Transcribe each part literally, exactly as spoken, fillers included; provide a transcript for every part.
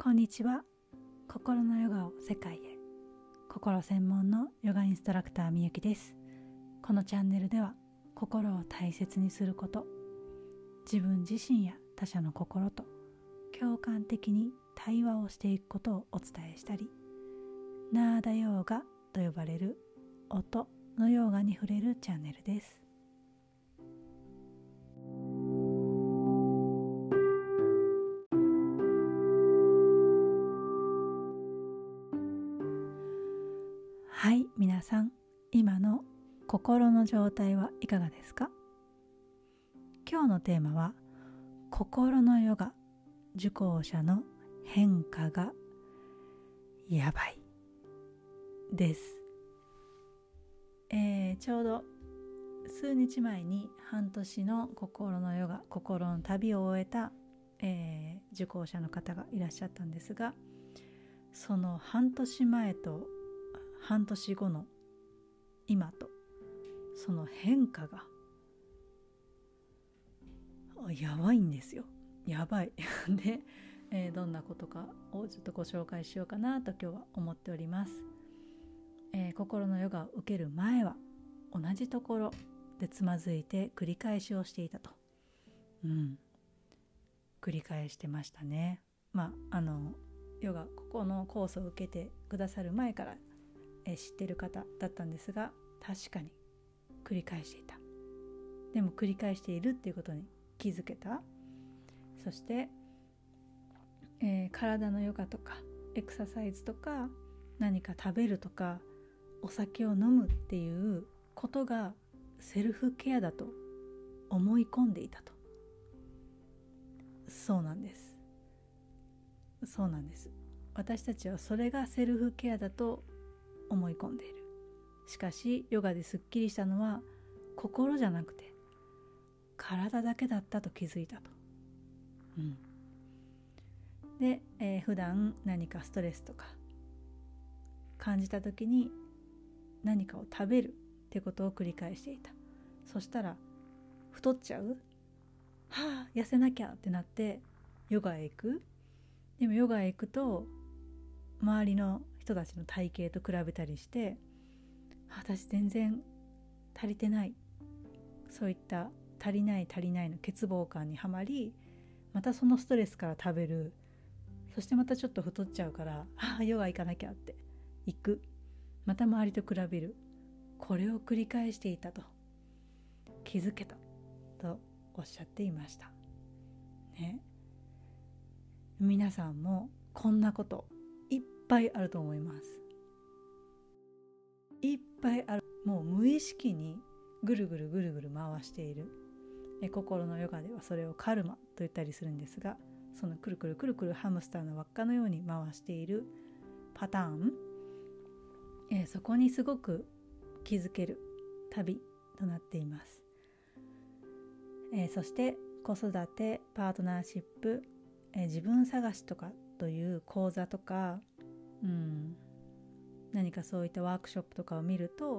こんにちは。心のヨガを世界へ。心専門のヨガインストラクターみゆきです。このチャンネルでは心を大切にすること、自分自身や他者の心と共感的に対話をしていくことをお伝えしたり、ナーダヨーガと呼ばれる音のヨーガに触れるチャンネルです。はい、皆さん、今の心の状態はいかがですか？今日のテーマは心のヨガ受講者の変化がやばいです。えー、ちょうど数日前に半年の心のヨガ心の旅を終えた、えー、受講者の方がいらっしゃったんですが、その半年前と半年後の今とその変化がやばいんですよ。やばいで、えー、どんなことかをちょっとご紹介しようかなと今日は思っております。えー、心のヨガを受ける前は同じところでつまずいて繰り返しをしていたと、うん、繰り返してましたね。まああのヨガここのコースを受けてくださる前からえ知ってる方だったんですが、確かに繰り返していた。でも繰り返しているっていうことに気づけた。そして、えー、体のヨガとかエクササイズとか何か食べるとかお酒を飲むっていうことがセルフケアだと思い込んでいたと。そうなんですそうなんです私たちはそれがセルフケアだと思い込んでいる。しかしヨガですっきりしたのは心じゃなくて体だけだったと気づいたと、うん、で、えー、普段何かストレスとか感じた時に何かを食べるってことを繰り返していた。そしたら太っちゃう、はあ痩せなきゃってなってヨガへ行く。でもヨガへ行くと周りの人たちの体型と比べたりして、私全然足りてない、そういった足りない足りないの欠乏感にはまり、またそのストレスから食べる。そしてまたちょっと太っちゃうから、ああヨガ行かなきゃって行く。また周りと比べる。これを繰り返していたと気づけたとおっしゃっていましたね。皆さんもこんなこといっぱいあると思います。いっぱいある。もう無意識にぐるぐるぐるぐる回している。え心のヨガではそれをカルマと言ったりするんですが、そのくるくるくるくるハムスターの輪っかのように回しているパターン、えそこにすごく気づける旅となっています。えそして子育て、パートナーシップ、え自分探しとかという講座とか、うん、何かそういったワークショップとかを見ると、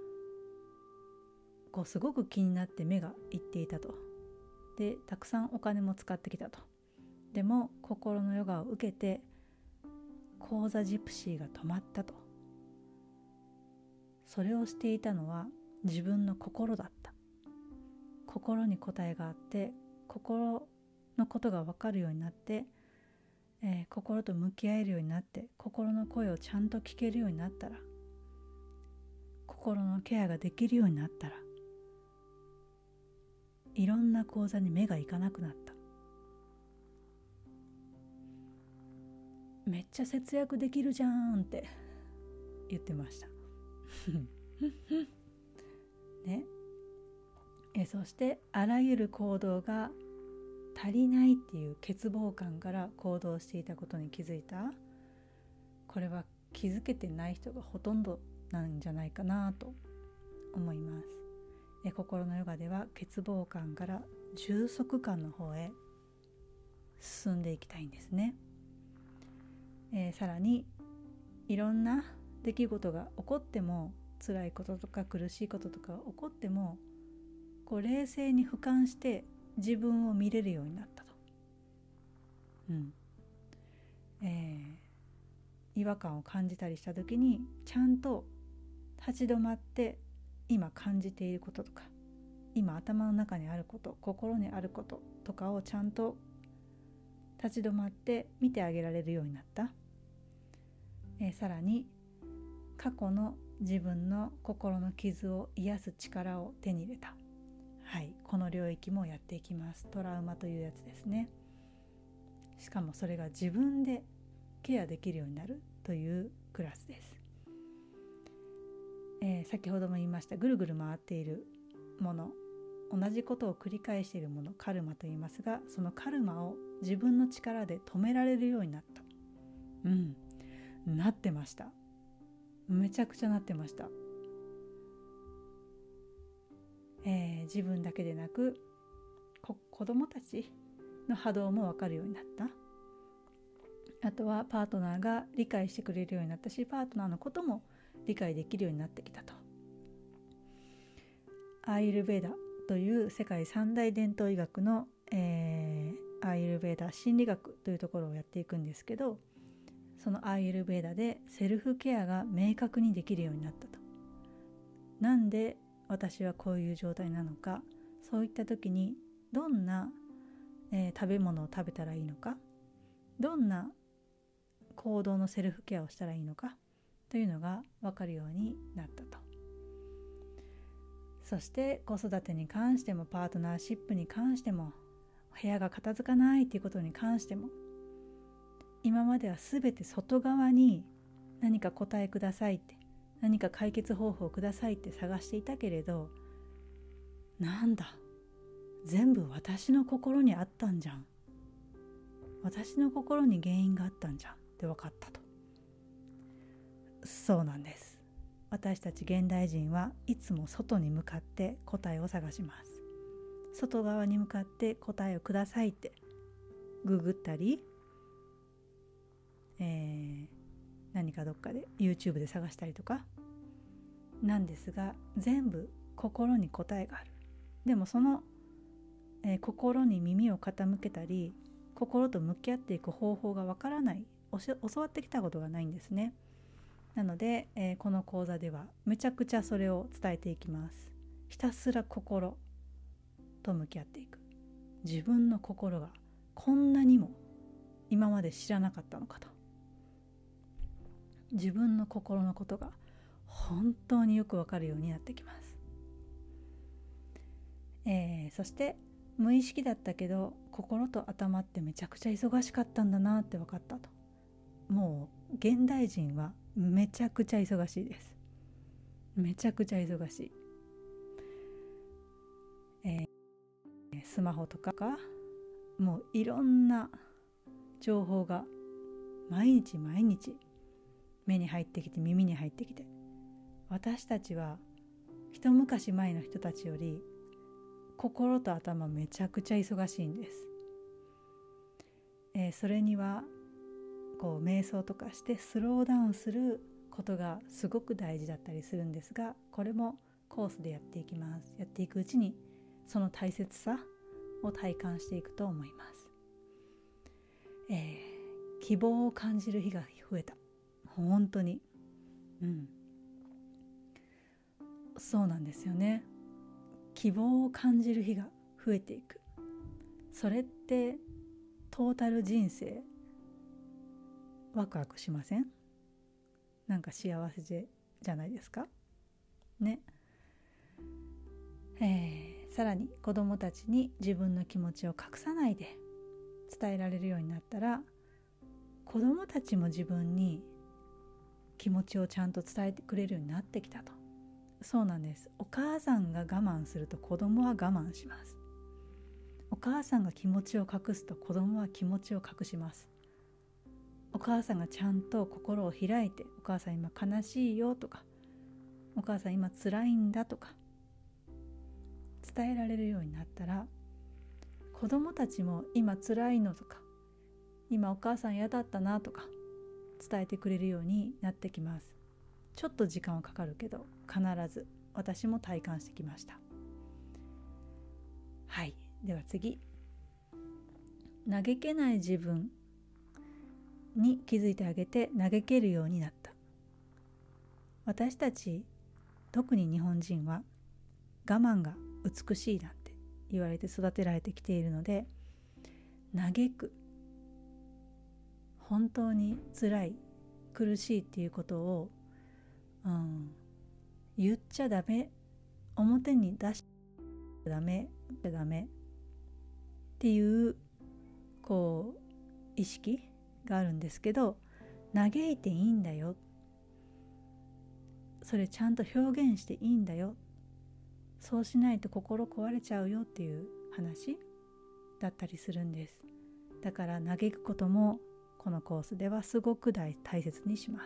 こうすごく気になって目がいっていたと。でたくさんお金も使ってきたと。でも心のヨガを受けて講座ジプシーが止まったと。それをしていたのは自分の心だった。心に答えがあって、心のことが分かるようになって、えー、心と向き合えるようになって、心の声をちゃんと聞けるようになったら、心のケアができるようになったら、いろんな講座に目がいかなくなった。めっちゃ節約できるじゃんって言ってましたね。えそしてあらゆる行動が足りないっていう欠乏感から行動していたことに気づいた。これは気づけてない人がほとんどなんじゃないかなと思います。え心のヨガでは欠乏感から充足感の方へ進んでいきたいんですね。えー、さらにいろんな出来事が起こっても、辛いこととか苦しいこととか起こっても、こう冷静に俯瞰して自分を見れるようになったと、うんえー、違和感を感じたりした時にちゃんと立ち止まって今感じていることとか今頭の中にあること心にあることとかをちゃんと立ち止まって見てあげられるようになった、えー、さらに過去の自分の心の傷を癒す力を手に入れた。はい、この領域もやっていきます。トラウマというやつですね。しかもそれが自分でケアできるようになるというクラスです。えー、先ほども言いましたぐるぐる回っているもの、同じことを繰り返しているもの、カルマと言いますが、そのカルマを自分の力で止められるようになった。うんなってました。めちゃくちゃなってました。えー、自分だけでなくこ子供たちの波動も分かるようになった。あとはパートナーが理解してくれるようになったし、パートナーのことも理解できるようになってきたと。アーユルヴェーダという世界三大伝統医学の、えー、アーユルヴェーダ心理学というところをやっていくんですけど、そのアーユルヴェーダでセルフケアが明確にできるようになったと。なんで私はこういう状態なのか、そういった時にどんな、えー、食べ物を食べたらいいのか、どんな行動のセルフケアをしたらいいのかというのが分かるようになったと。そして子育てに関してもパートナーシップに関しても部屋が片付かないということに関しても、今までは全て外側に何か答えくださいって、何か解決方法くださいって探していたけれど、なんだ全部私の心にあったんじゃん、私の心に原因があったんじゃんって分かったと。そうなんです。私たち現代人はいつも外に向かって答えを探します。外側に向かって答えをくださいってググったり、えー、何かどっかで YouTube で探したりとかなんですが、全部心に答えがある。でもその、えー、心に耳を傾けたり心と向き合っていく方法がわからない、教わってきたことがないんですね。なので、えー、この講座ではめちゃくちゃそれを伝えていきます。ひたすら心と向き合っていく。自分の心がこんなにも今まで知らなかったのかと。自分の心のことが本当によくわかるようになってきます。えー、そして無意識だったけど心と頭ってめちゃくちゃ忙しかったんだなって分かったと。もう現代人はめちゃくちゃ忙しいです。めちゃくちゃ忙しい、えー、スマホとかがもういろんな情報が毎日毎日目に入ってきて耳に入ってきて、私たちは一昔前の人たちより心と頭めちゃくちゃ忙しいんです。えー、それにはこう瞑想とかしてスローダウンすることがすごく大事だったりするんですが、これもコースでやっていきます。やっていくうちにその大切さを体感していくと思います。えー、希望を感じる日が増えた。本当に、うん、そうなんですよね。希望を感じる日が増えていく。それってトータル人生ワクワクしません？なんか幸せじゃないですかね。えー、さらに子どもたちに自分の気持ちを隠さないで伝えられるようになったら、子どもたちも自分に気持ちをちゃんと伝えてくれるようになってきたと。そうなんです。お母さんが我慢すると子供は我慢します。お母さんが気持ちを隠すと子供は気持ちを隠します。お母さんがちゃんと心を開いて、お母さん今悲しいよとか、お母さん今辛いんだとか伝えられるようになったら、子供たちも今辛いのとか、今お母さん嫌だったなとか伝えてくれるようになってきます。ちょっと時間はかかるけど必ず私も体感してきました。はい、では次、嘆けない自分、 に気づいてあげて嘆けるようになった。私たち、特に日本人は我慢が美しいなんて言われて育てられてきているので、嘆く、本当に辛い苦しいっていうことを、うん、言っちゃダメ、表に出しちゃダメダメっていうこう意識があるんですけど、嘆いていいんだよ、それちゃんと表現していいんだよ、そうしないと心壊れちゃうよっていう話だったりするんです。だから嘆くこともこのコースではすごく大切にします。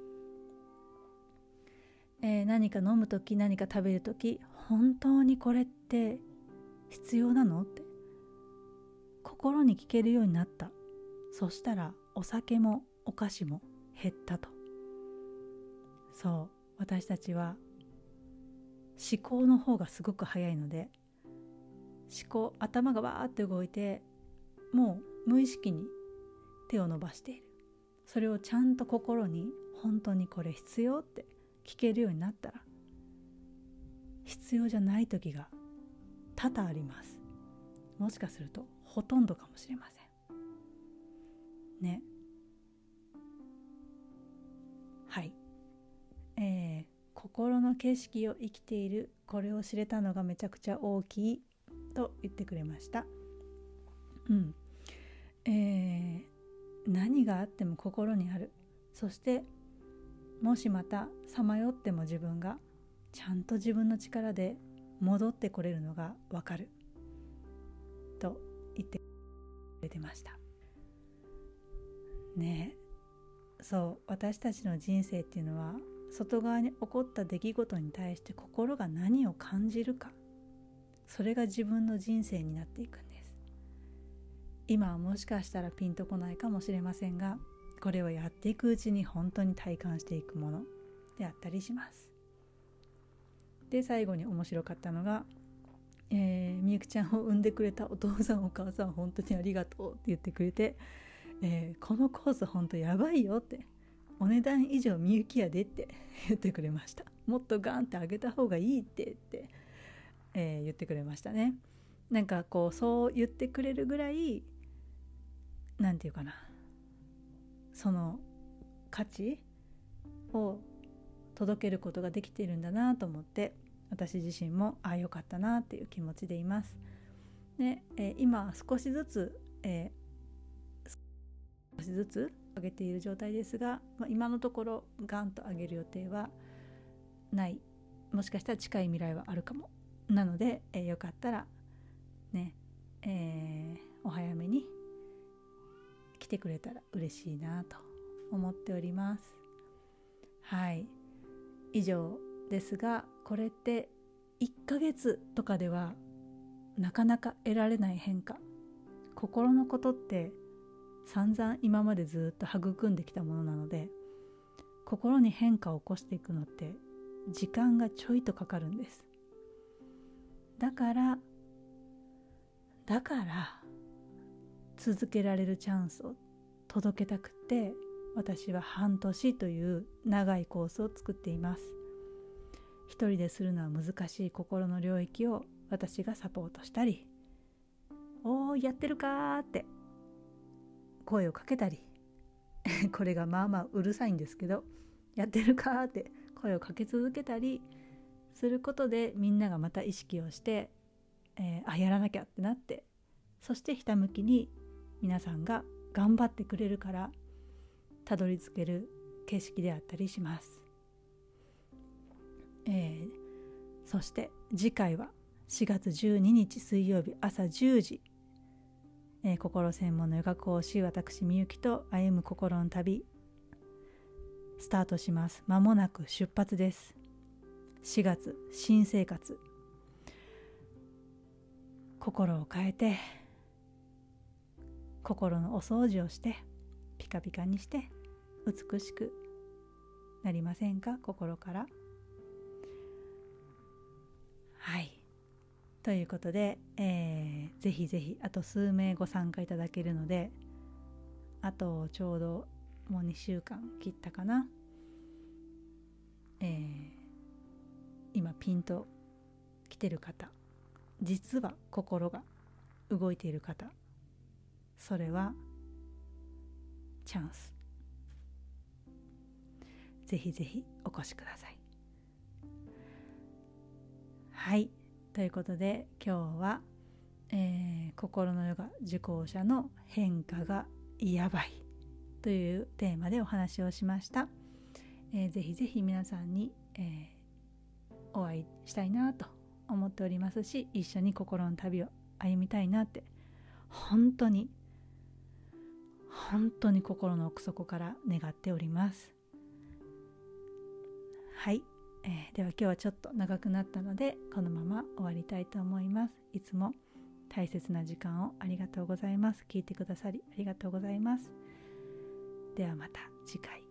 えー、何か飲むとき、何か食べるとき、本当にこれって必要なのって心に聞けるようになった。そしたらお酒もお菓子も減ったと。そう、私たちは思考の方がすごく早いので、思考、頭がわーって動いて、もう無意識に手を伸ばしている。それをちゃんと心に本当にこれ必要って聞けるようになったら、必要じゃない時が多々あります。もしかするとほとんどかもしれませんね。はい、えー、心の景色を生きている、これを知れたのがめちゃくちゃ大きいと言ってくれました。うん、えー、何があっても心にある。そしてもしまたさまよっても自分がちゃんと自分の力で戻ってこれるのがわかると言ってくれてましたね。え、そう、私たちの人生っていうのは外側に起こった出来事に対して心が何を感じるか、それが自分の人生になっていくんです。今はもしかしたらピンとこないかもしれませんが、これをやっていくうちに本当に体感していくものであったりします。で、最後に面白かったのが、えー、みゆきちゃんを産んでくれたお父さんお母さん本当にありがとうって言ってくれて、えー、このコース本当やばいよって、お値段以上みゆきやでって言ってくれました。もっとガンって上げた方がいいってって、えー、言ってくれましたね。なんかこうそう言ってくれるぐらい、なんていうかな、その価値を届けることができているんだなと思って、私自身もああよかったなっていう気持ちでいます。で、えー、今少しずつ、えー、少しずつ上げている状態ですが、まあ、今のところガンと上げる予定はない。もしかしたら近い未来はあるかも。なので、えー、よかったらね、えー、お早めに来てくれたら嬉しいなと思っております。はい、以上ですが、これっていっかげつとかではなかなか得られない変化、心のことって散々今までずっと育んできたものなので、心に変化を起こしていくのって時間がちょいとかかるんです。だからだから続けられるチャンスを届けたくて、私は半年という長いコースを作っています。一人でするのは難しい心の領域を私がサポートしたり、おーやってるかーって声をかけたりこれがまあまあうるさいんですけど、やってるかーって声をかけ続けたりすることで、みんながまた意識をして、えー、あやらなきゃってなって、そしてひたむきに皆さんが頑張ってくれるからたどり着ける景色であったりします。えー、そして次回はしがつじゅうににち水曜日朝じゅうじ、えー、心専門のヨガ講師私みゆきと歩む心の旅スタートします。まもなく出発です。しがつ新生活、心を変えて心のお掃除をしてピカピカにして美しくなりませんか、心から。はい、ということで、えー、ぜひぜひあと数名ご参加いただけるのであとちょうどもうにしゅうかん切ったかな、えー、今ピンと来てる方、実は心が動いている方、それはチャンス。ぜひぜひお越しください。はい、ということで今日は、えー、心のヨガ受講者の変化がやばいというテーマでお話をしました。えー、ぜひぜひ皆さんに、えー、お会いしたいなと思っておりますし、一緒に心の旅を歩みたいなって本当に本当に心の奥底から願っております。はい、えー、では今日はちょっと長くなったのでこのまま終わりたいと思います。いつも大切な時間をありがとうございます。聞いてくださりありがとうございます。ではまた次回。